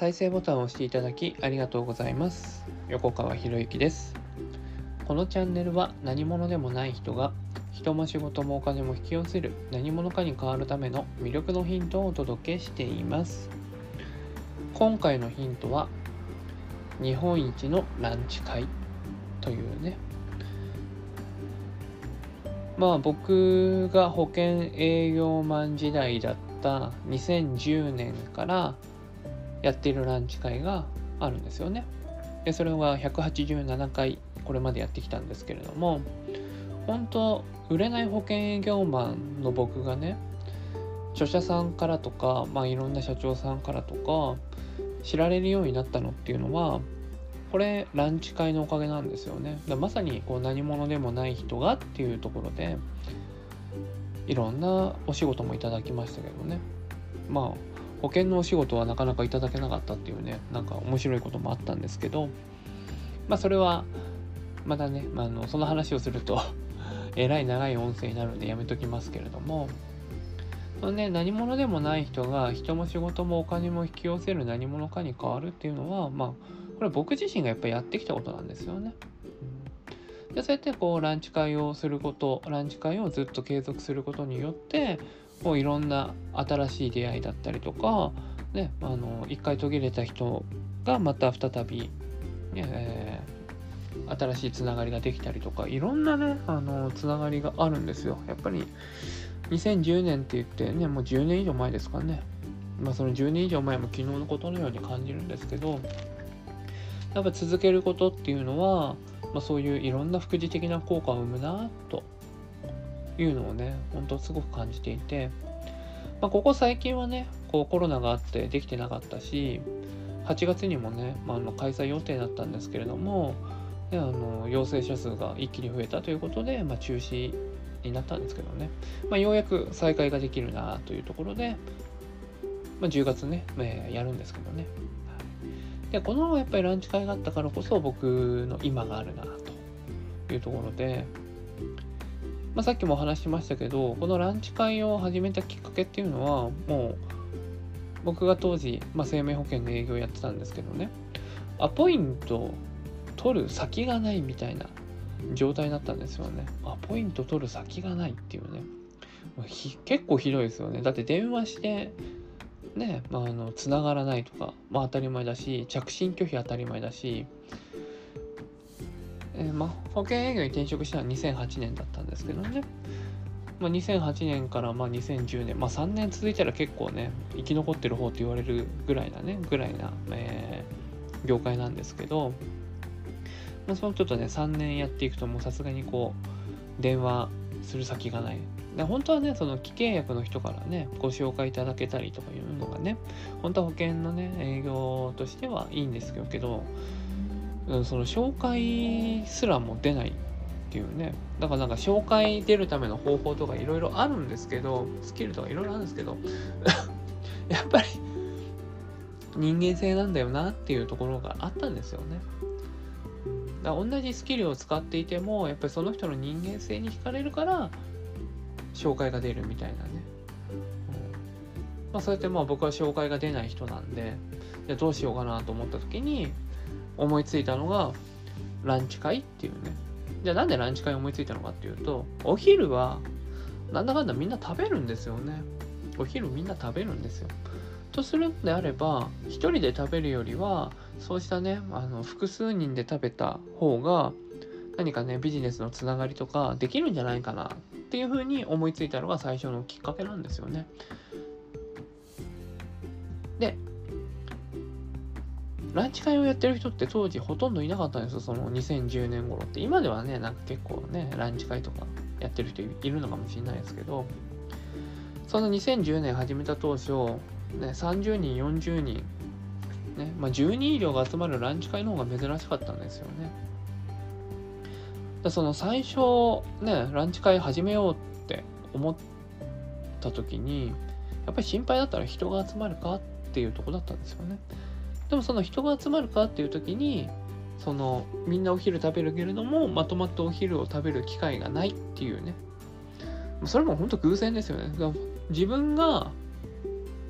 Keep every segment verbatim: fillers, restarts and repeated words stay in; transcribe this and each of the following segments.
再生ボタンを押していただきありがとうございます。横川博之です。このチャンネルは何者でもない人が人も仕事もお金も引き寄せる何者かに変わるための魅力のヒントをお届けしています。今回のヒントは日本一のランチ会というね、まあ僕が保険営業マン時代だったにせんじゅうねんからやっているランチ会があるんですよね。でそれはひゃくはちじゅうななかいこれまでやってきたんですけれども、本当売れない保険営業マンの僕がね、著者さんからとか、まあ、いろんな社長さんからとか知られるようになったのっていうのは、これランチ会のおかげなんですよね。だまさにこう何者でもない人がっていうところでいろんなお仕事もいただきましたけどね、まあ保険のお仕事はなかなかいただけなかったっていうね、なんか面白いこともあったんですけど、まあそれはまたね、まあ、あのその話をするとえらい長い音声になるんでやめときますけれども、そのね、何者でもない人が人も仕事もお金も引き寄せる何者かに変わるっていうのは、まあこれ僕自身がやっぱりやってきたことなんですよね。うん、でそうやってこうランチ会をすること、ランチ会をずっと継続することによってこういろんな新しい出会いだったりとか、ね、あの一回途切れた人がまた再び、ねえー、新しいつながりができたりとか、いろんなねあのつながりがあるんですよ。やっぱりにせんじゅうねんって言ってね、もうじゅうねん以上前ですかね。まあそのじゅうねん以上前も昨日のことのように感じるんですけど、やっぱ続けることっていうのは、まあ、そういういろんな副次的な効果を生むなというのをね、本当すごく感じていて、まあ、ここ最近はね、こうコロナがあってできてなかったし、はちがつにもね、まあ、あの開催予定だったんですけれども、であの陽性者数が一気に増えたということで、まあ、中止になったんですけどね、まあ、ようやく再開ができるなというところで、まあ、じゅうがつね、えー、やるんですけどね。でこのやっぱりランチ会があったからこそ僕の今があるなというところで、まあ、さっきもお話ししましたけど、このランチ会を始めたきっかけっていうのは、もう僕が当時、まあ、生命保険の営業やってたんですけどね、アポイント取る先がないみたいな状態だったんですよね。アポイント取る先がないっていうね、結構ひどいですよね。だって電話してね、まあ、あの繋がらないとか、まあ、当たり前だし、着信拒否当たり前だし、えー、まあ保険営業に転職したのはにせんはちねんだったんですけどね、まあ、にせんはちねんからまあにせんじゅうねん、まあ、さんねん続いたら結構ね生き残ってる方って言われるぐらいなねぐらいな、えー、業界なんですけど、まあ、そのちょっとねさんねんやっていくともうさすがにこう電話する先がない。で本当はね、その既契約の人からねご紹介いただけたりとかいうのがね、本当は保険のね営業としてはいいんですけど、うん、その紹介すらも出ないっていうね。だからなんか紹介出るための方法とかいろいろあるんですけど、スキルとかいろいろあるんですけどやっぱり人間性なんだよなっていうところがあったんですよね。だから同じスキルを使っていてもやっぱりその人の人間性に惹かれるから紹介が出るみたいなね、うんまあ、そうやってまあ僕は紹介が出ない人なんで、じゃあどうしようかなと思った時に思いついたのがランチ会っていうね。じゃあなんでランチ会思いついたのかっていうと、お昼はなんだかんだみんな食べるんですよね。お昼みんな食べるんですよ。とするんであれば、一人で食べるよりはそうしたね、あの複数人で食べた方が何かねビジネスのつながりとかできるんじゃないかなっていうふうに思いついたのが最初のきっかけなんですよね。でランチ会をやってる人って当時ほとんどいなかったんですよ。そのにせんじゅうねん頃って。今ではねなんか結構ねランチ会とかやってる人いるのかもしれないですけど、そのにせんじゅうねん始めた当初、ね、さんじゅうにんよんじゅうにん、ねまあ、じゅうにん以上が集まるランチ会の方が珍しかったんですよね。だその最初ねランチ会始めようって思った時にやっぱり心配だったら人が集まるかっていうところだったんですよね。でもその人が集まるかっていう時に、そのみんなお昼食べるけれどもまとまったお昼を食べる機会がないっていうね、それも本当偶然ですよね。だから自分が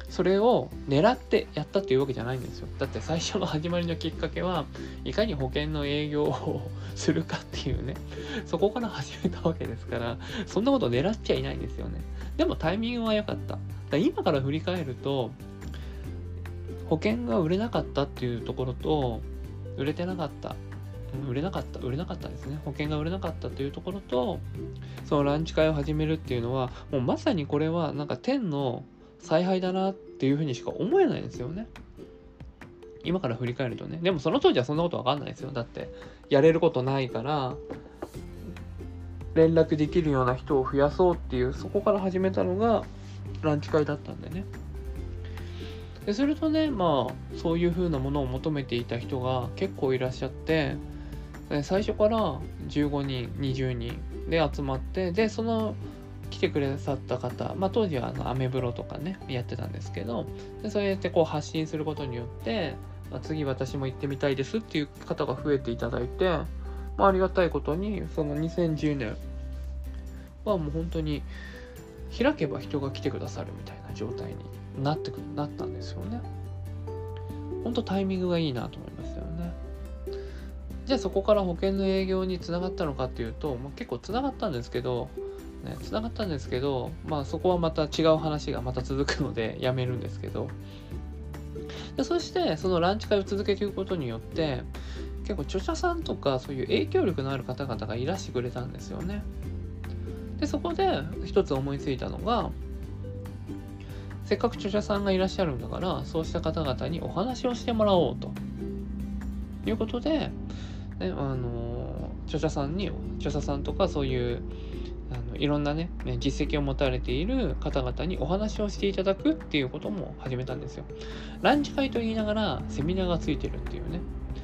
それを狙ってやったっていうわけじゃないんですよ。だって最初の始まりのきっかけはいかに保険の営業をするかっていうね、そこから始めたわけですから、そんなこと狙っちゃいないんですよね。でもタイミングは良かった。だから今から振り返ると、保険が売れなかったっていうところと、売れてなかった、売れなかった売れなかったですね保険が売れなかったというところと、そのランチ会を始めるっていうのは、もうまさにこれはなんか天の采配だなっていうふうにしか思えないんですよね、今から振り返るとね。でもその当時はそんなこと分かんないですよ。だってやれることないから連絡できるような人を増やそうっていう、そこから始めたのがランチ会だったんでね。でするとね、まあそういう風なものを求めていた人が結構いらっしゃって、最初からじゅうごにんにじゅうにんで集まって、でその来てくださった方、まあ当時はあのアメブロとかねやってたんですけど、でそうやってこう発信することによって、まあ、次私も行ってみたいですっていう方が増えていただいて、まあ、ありがたいことにそのにせんじゅうねんはもう本当に開けば人が来てくださるみたいな状態になってくるなったんですよね。本当タイミングがいいなと思いますよね。じゃあそこから保険の営業につながったのかっていうと、まあ、結構つながったんですけどね、つながったんですけど、まあそこはまた違う話がまた続くのでやめるんですけど、でそしてそのランチ会を続けていくことによって結構著者さんとかそういう影響力のある方々がいらしてくれたんですよね。でそこで一つ思いついたのが、せっかく著者さんがいらっしゃるんだから、そうした方々にお話をしてもらおうということで、ね、あの著者さんに著者さんとかそういうあのいろんなね実績を持たれている方々にお話をしていただくっていうことも始めたんですよ。ランチ会と言いながらセミナーがついてるっていうね。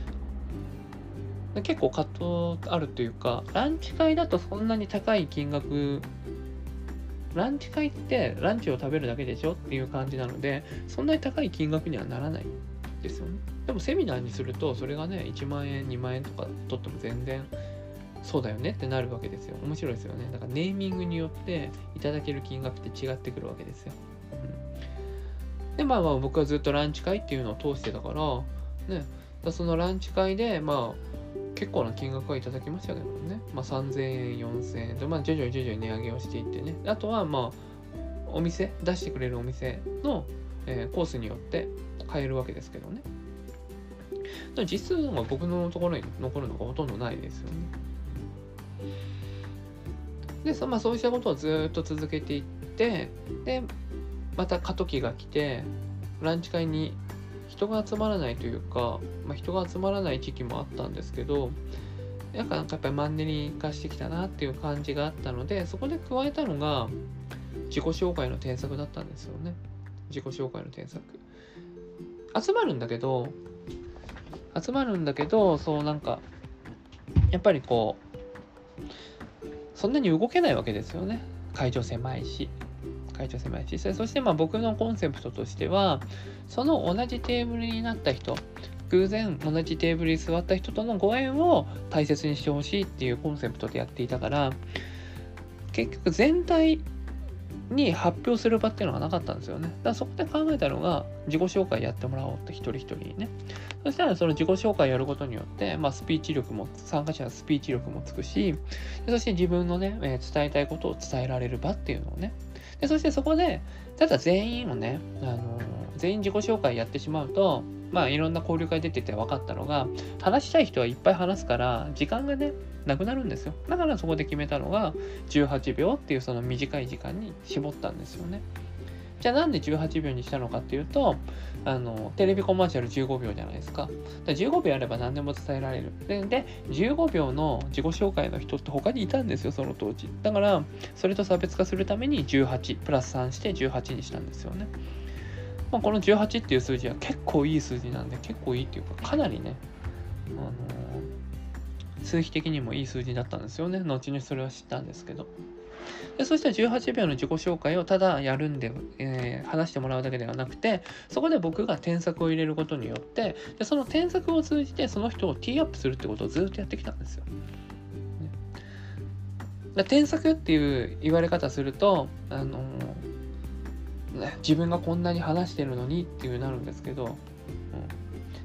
結構葛藤あるというか、ランチ会だとそんなに高い金額、ランチ会ってランチを食べるだけでしょっていう感じなので、そんなに高い金額にはならないですよね。でもセミナーにするとそれがねいちまんえんにまんえんとか取っても全然そうだよねってなるわけですよ。面白いですよね。だからネーミングによっていただける金額って違ってくるわけですよ。うん、でまあまあ僕はずっとランチ会っていうのを通してたからね、だそのランチ会でまあ結構な金額はいただきましたけどね。まあさんぜんえん、よんせんえんと、まあ徐々に徐々に値上げをしていってね。あとはまあお店、出してくれるお店の、えー、コースによって買えるわけですけどね。だから実数は僕のところに残るのがほとんどないですよね。でそ、まあ、そうしたことをずっと続けていって、でまた過渡期が来て、ランチ会に人が集まらないというか、まあ、人が集まらない時期もあったんですけど、なんかやっぱりマンネリ化してきたなっていう感じがあったので、そこで加えたのが自己紹介の添削だったんですよね。自己紹介の添削集まるんだけど集まるんだけどそうなんかやっぱりこうそんなに動けないわけですよね。会場狭いし会場狭いし、そしてまあ僕のコンセプトとしては、その同じテーブルになった人、偶然同じテーブルに座った人とのご縁を大切にしてほしいっていうコンセプトでやっていたから、結局全体に発表する場っていうのがなかったんですよね。だからそこで考えたのが自己紹介やってもらおうって、一人一人にね。そしたらその自己紹介やることによって、まあ、スピーチ力も参加者のスピーチ力もつくし、そして自分のね、えー、伝えたいことを伝えられる場っていうのをね。でそしてそこでただ全員をね、あのー、全員自己紹介やってしまうと、まあいろんな交流会出てて分かったのが、話したい人はいっぱい話すから時間がねなくなるんですよ。だからそこで決めたのがじゅうはちびょうっていうその短い時間に絞ったんですよね。じゃあなんでじゅうはちびょうにしたのかっていうと、あのテレビコマーシャルじゅうごびょうじゃないですか。だからじゅうごびょうあれば何でも伝えられる。で、でじゅうごびょうの自己紹介の人って他にいたんですよ、その当時。だからそれと差別化するためにじゅうはちプラスさんしてじゅうはちにしたんですよね。まあ、このじゅうはちっていう数字は結構いい数字なんで、結構いいっていうかかなりね、あのー、数比的にもいい数字だったんですよね。後にそれは知ったんですけど。でそしてじゅうはちびょうの自己紹介をただやるんで、えー、話してもらうだけではなくて、そこで僕が添削を入れることによって、でその添削を通じてその人をティーアップするってことをずっとやってきたんですよ。ね、だ添削っていう言われ方すると、あのー、 ね、自分がこんなに話してるのにっていうなるんですけど、うん、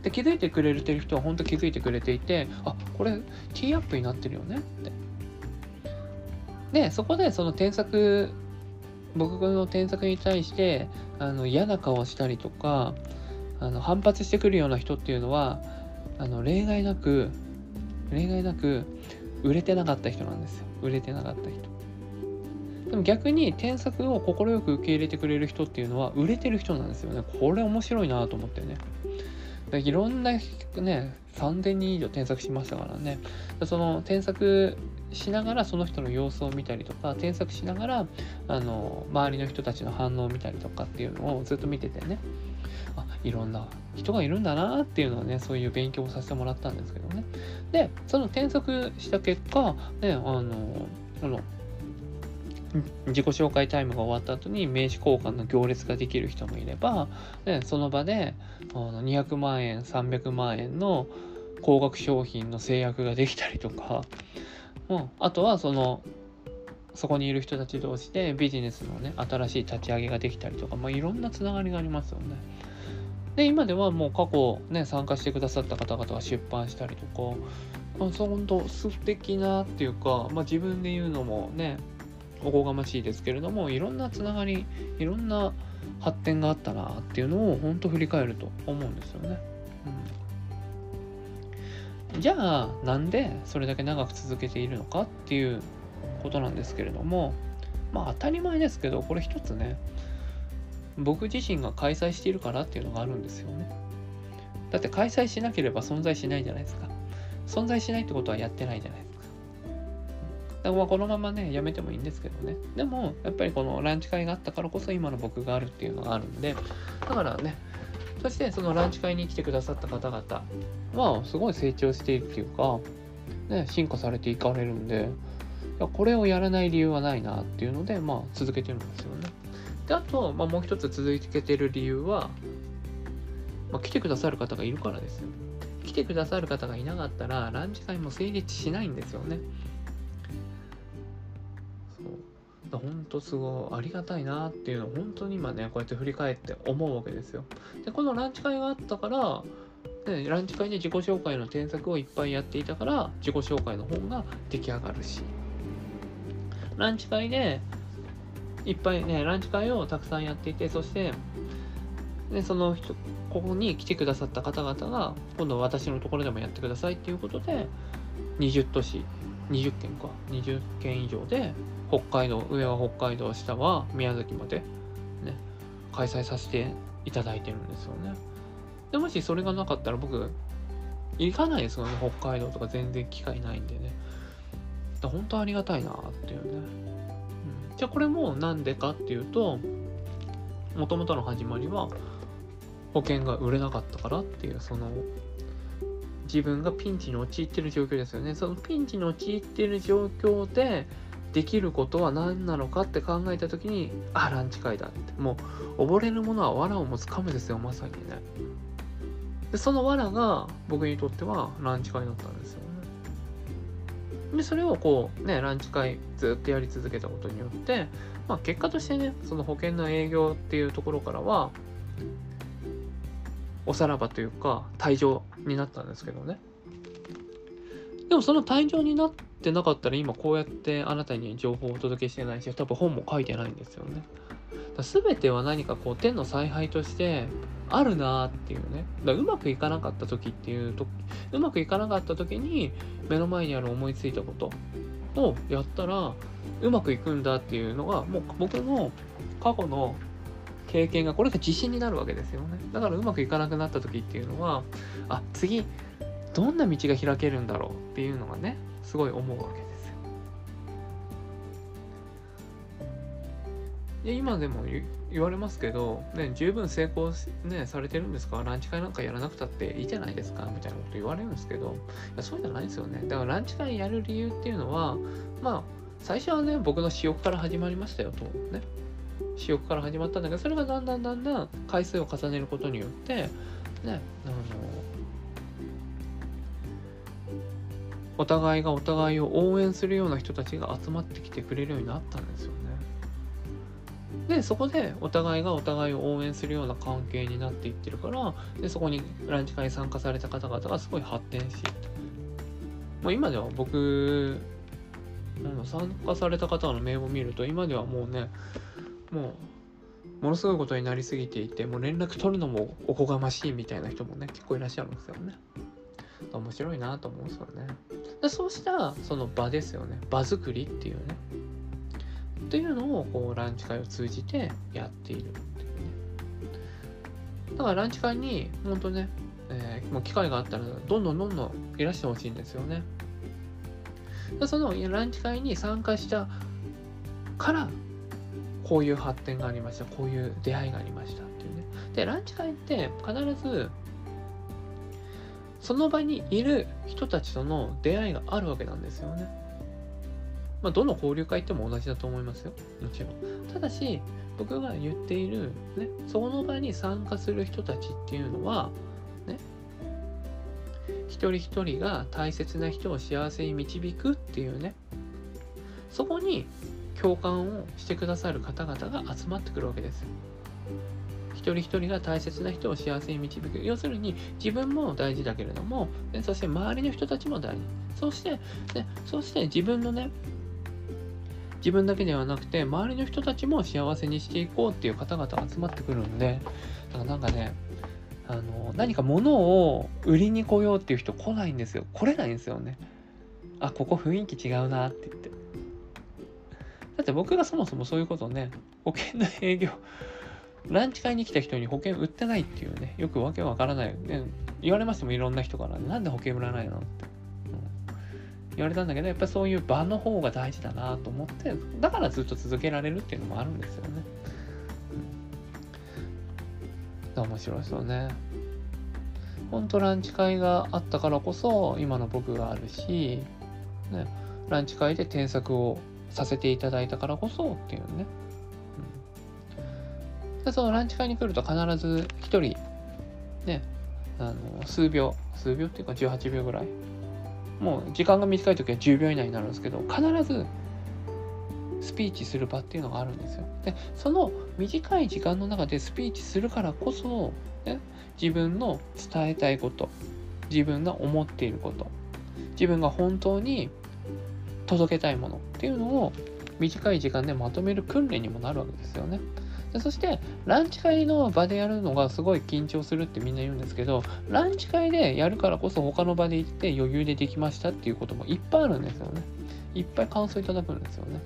で気づいてくれてる人は本当気づいてくれていて、あ、これティーアップになってるよねって。でそこでその添削、僕の添削に対してあの嫌な顔をしたりとか、あの反発してくるような人っていうのは、あの例外なく例外なく売れてなかった人なんですよ。売れてなかった人。でも逆に添削を快く受け入れてくれる人っていうのは売れてる人なんですよね。これ面白いなと思ってね。いろんなね、さんぜんにん以上添削しましたからね。その添削しながらその人の様子を見たりとか、添削しながらあの周りの人たちの反応を見たりとかっていうのをずっと見ててね、あ、いろんな人がいるんだなっていうのはね、そういう勉強をさせてもらったんですけどね。でその添削した結果ね、あのこの自己紹介タイムが終わった後に名刺交換の行列ができる人もいれば、ね、その場であのにひゃくまんえんさんびゃくまんえんの高額商品の制約ができたりとか、うん、あとはそのそこにいる人たち同士でビジネスのね新しい立ち上げができたりとか、まあ、いろんなつながりがありますよね。で今ではもう過去ね参加してくださった方々が出版したりとか、まあ、そう本当素敵なっていうか、まあ、自分で言うのもねおこがましいですけれども、いろんなつながり、いろんな発展があったなっていうのを本当振り返ると思うんですよね。うん、じゃあなんでそれだけ長く続けているのかっていうことなんですけれども、まあ当たり前ですけど、これ一つね、僕自身が開催しているからっていうのがあるんですよね。だって開催しなければ存在しないじゃないですか。存在しないってことはやってないじゃないですか。だからまあこのままねやめてもいいんですけどね。でもやっぱりこのランチ会があったからこそ今の僕があるっていうのがあるんで、だからね、そしてそのランチ会に来てくださった方々はすごい成長しているっていうか、ね、進化されていかれるんで、いやこれをやらない理由はないなっていうので、まあ続けてるんですよね。であと、まあ、もう一つ続けてる理由は、まあ、来てくださる方がいるからですよ。来てくださる方がいなかったらランチ会も成立しないんですよね。本当すごいありがたいなっていうのを本当に今ねこうやって振り返って思うわけですよ。でこのランチ会があったから、ね、ランチ会で自己紹介の添削をいっぱいやっていたから自己紹介の本が出来上がるし、ランチ会でいっぱいねランチ会をたくさんやっていて、そして、ね、その人ここに来てくださった方々が今度私のところでもやってくださいっていうことでにじゅう都市にじゅっけんかにじゅっけん以上で北海道、上は北海道、下は宮崎までね開催させていただいてるんですよね。でもしそれがなかったら僕行かないですよね。北海道とか全然機会ないんでね。だ本当ありがたいなっていうね、うん、じゃあこれもなんでかっていうと、もともとの始まりは保険が売れなかったからっていう、その自分がピンチに陥ってる状況ですよね。そのピンチに陥ってる状況でできることは何なのかって考えたときに、あ、ランチ会だって。もう溺れるものは藁をもつかむですよ、まさにね。でその藁が僕にとってはランチ会だったんですよね。でそれをこうねランチ会ずっとやり続けたことによって、まあ結果としてねその保険の営業っていうところからはおさらばというか退場になったんですけどね。でもその退場になってなかったら今こうやってあなたに情報をお届けしてないし、多分本も書いてないんですよね。すべては何かこう天の采配としてあるなっていうね。だうまくいかなかった時っていうと、うまくいかなかった時に目の前にある思いついたことをやったらうまくいくんだっていうのがもう僕の過去の経験がこれが自信になるわけですよね。だからうまくいかなくなった時っていうのは、あ、次どんな道が開けるんだろうっていうのがねすごい思うわけですよ。で今でも言われますけど、ね、十分成功、ね、されてるんですか、ランチ会なんかやらなくたっていいじゃないですかみたいなこと言われるんですけど、いやそうじゃないですよね。だからランチ会やる理由っていうのは、まあ最初はね僕の私欲から始まりましたよとね、私欲から始まったんだけど、それがだんだんだんだん回数を重ねることによってね、あのお互いがお互いを応援するような人たちが集まってきてくれるようになったんですよね。 でそこでお互いがお互いを応援するような関係になっていってるから、でそこにランチ会に参加された方々がすごい発展し、まあ、今では僕参加された方の名簿を見ると、今ではもうね、もうものすごいことになりすぎていて、もう連絡取るのもおこがましいみたいな人もね結構いらっしゃるんですよね。面白いなと思うんですよね。でそうしたその場ですよね、場作りっていうねっていうのをこうランチ会を通じてやっているっていうね。だからランチ会に本当ね、えー、もう機会があったらどんどんどんどんいらしてほしいんですよね。でそのランチ会に参加したからこういう発展がありました、こういう出会いがありましたっていうね。でランチ会って必ずその場にいる人たちとの出会いがあるわけなんですよね。まあどの交流会っても同じだと思いますよ、もちろん。ただし僕が言っているね、その場に参加する人たちっていうのはね、一人一人が大切な人を幸せに導くっていうね、そこに共感をしてくださる方々が集まってくるわけですよ。一人一人が大切な人を幸せに導く。要するに自分も大事だけれども、ね、そして周りの人たちも大事。そして、ね、そして自分のね、自分だけではなくて周りの人たちも幸せにしていこうっていう方々が集まってくるんで、だからなんかね、あの何か物を売りに来ようっていう人来ないんですよ。来れないんですよね。あ、ここ雰囲気違うなって言って。だって僕がそもそもそういうことをね、保険の営業ランチ会に来た人に保険売ってないっていうね、よくわけわからない、ね、言われましてもいろんな人から、ね、なんで保険売らないのって、うん、言われたんだけど、やっぱりそういう場の方が大事だなと思って、だからずっと続けられるっていうのもあるんですよね。うん、面白いですよね。ほんとランチ会があったからこそ今の僕があるし、ね、ランチ会で添削をさせていただいたからこそっていうね。でそのランチ会に来ると必ず一人ね、あの数秒数秒っていうかじゅうはちびょうぐらい、もう時間が短い時はじゅうびょう以内になるんですけど、必ずスピーチする場っていうのがあるんですよ。でその短い時間の中でスピーチするからこそ、ね、自分の伝えたいこと、自分が思っていること、自分が本当に届けたいものっていうのを短い時間でまとめる訓練にもなるわけですよね。でそしてランチ会の場でやるのがすごい緊張するってみんな言うんですけど、ランチ会でやるからこそ他の場で行って余裕でできましたっていうこともいっぱいあるんですよね。いっぱい感想いただくんですよね。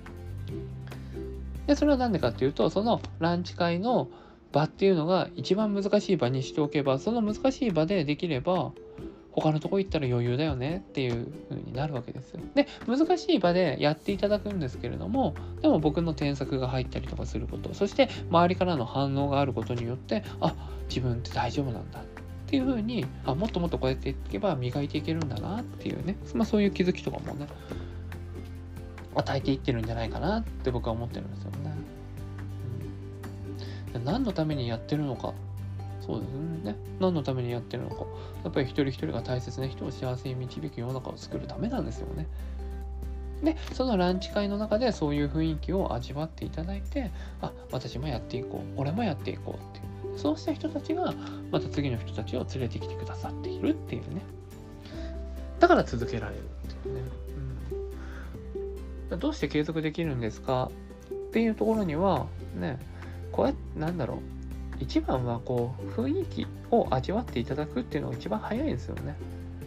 でそれはなんでかっていうと、そのランチ会の場っていうのが一番難しい場にしておけば、その難しい場でできれば他のとこ行ったら余裕だよねっていう風になるわけですよ。で難しい場でやっていただくんですけれども、でも僕の添削が入ったりとかすること、そして周りからの反応があることによって、あ、自分って大丈夫なんだっていう風に、あ、もっともっとこうやっていけば磨いていけるんだなっていうね、まあそういう気づきとかもね与えていってるんじゃないかなって僕は思ってるんですよね。うん、何のためにやってるのか。そうですね。何のためにやってるのか。やっぱり一人一人が大切な人を幸せに導く世の中を作るためなんですよね。で、そのランチ会の中でそういう雰囲気を味わっていただいて、あ、私もやっていこう、俺もやっていこうっていう。そうした人たちがまた次の人たちを連れてきてくださっているっていうね。だから続けられるっていうね。うん、どうして継続できるんですかっていうところにはね、こうやってなんだろう。一番はこう雰囲気を味わっていただくっていうのが一番早いですよね。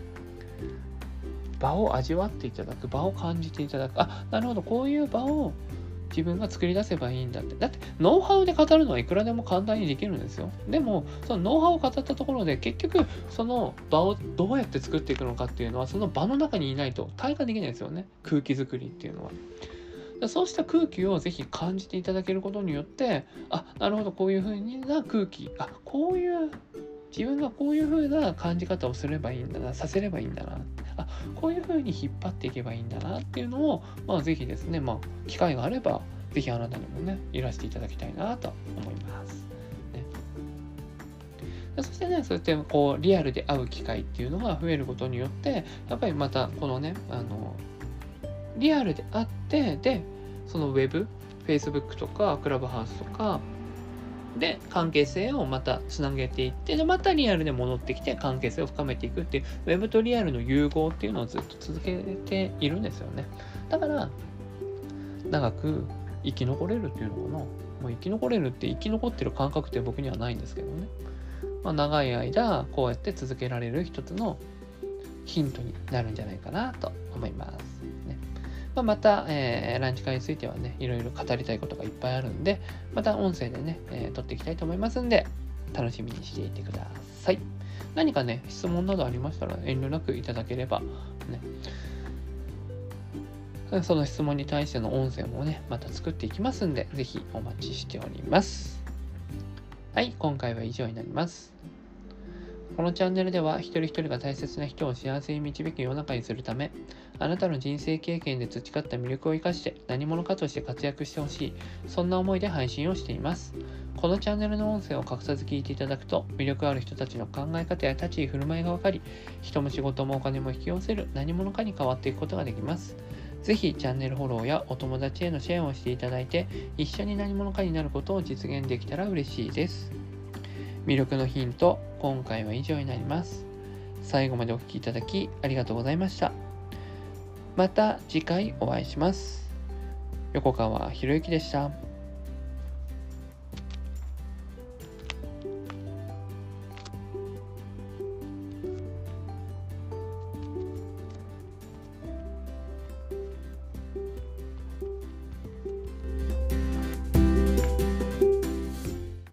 場を味わっていただく、場を感じていただく。あ、なるほど、こういう場を自分が作り出せばいいんだって。だってノウハウで語るのはいくらでも簡単にできるんですよ。でもそのノウハウを語ったところで結局その場をどうやって作っていくのかっていうのはその場の中にいないと体感できないですよね。空気作りっていうのは。そうした空気をぜひ感じていただけることによって、あ、なるほど、こういう風な空気、あ、こういう自分がこういう風な感じ方をすればいいんだな、させればいいんだな、あ、こういう風に引っ張っていけばいいんだなっていうのを、まあぜひですね、まあ機会があればぜひあなたにもねいらしていただきたいなと思います。ね、そしてね、そうやってこうリアルで会う機会っていうのが増えることによって、やっぱりまたこのね、あのリアルであって、でそのウェブ Facebook とかクラブハウスとかで関係性をまたつなげていって、でまたリアルで戻ってきて関係性を深めていくっていう、ウェブとリアルの融合っていうのをずっと続けているんですよね。だから長く生き残れるっていうのかな、まあ、生き残れるって生き残ってる感覚って僕にはないんですけどね、まあ、長い間こうやって続けられる一つのヒントになるんじゃないかなと思いますね。まあ、また、えー、ランチ会についてはね、いろいろ語りたいことがいっぱいあるんで、また音声でね、えー、撮っていきたいと思いますんで、楽しみにしていてください。何かね、質問などありましたら遠慮なくいただければ、ね、その質問に対しての音声もね、また作っていきますんで、ぜひお待ちしております。はい、今回は以上になります。このチャンネルでは一人一人が大切な人を幸せに導く世の中にするため、あなたの人生経験で培った魅力を生かして何者かとして活躍してほしい、そんな思いで配信をしています。このチャンネルの音声を隠さず聞いていただくと、魅力ある人たちの考え方や立ち居振る舞いが分かり、人も仕事もお金も引き寄せる何者かに変わっていくことができます。ぜひチャンネルフォローやお友達へのシェアをしていただいて、一緒に何者かになることを実現できたら嬉しいです。魅力のヒント、今回は以上になります。最後までお聞きいただきありがとうございました。また次回お会いします。横川博之でした。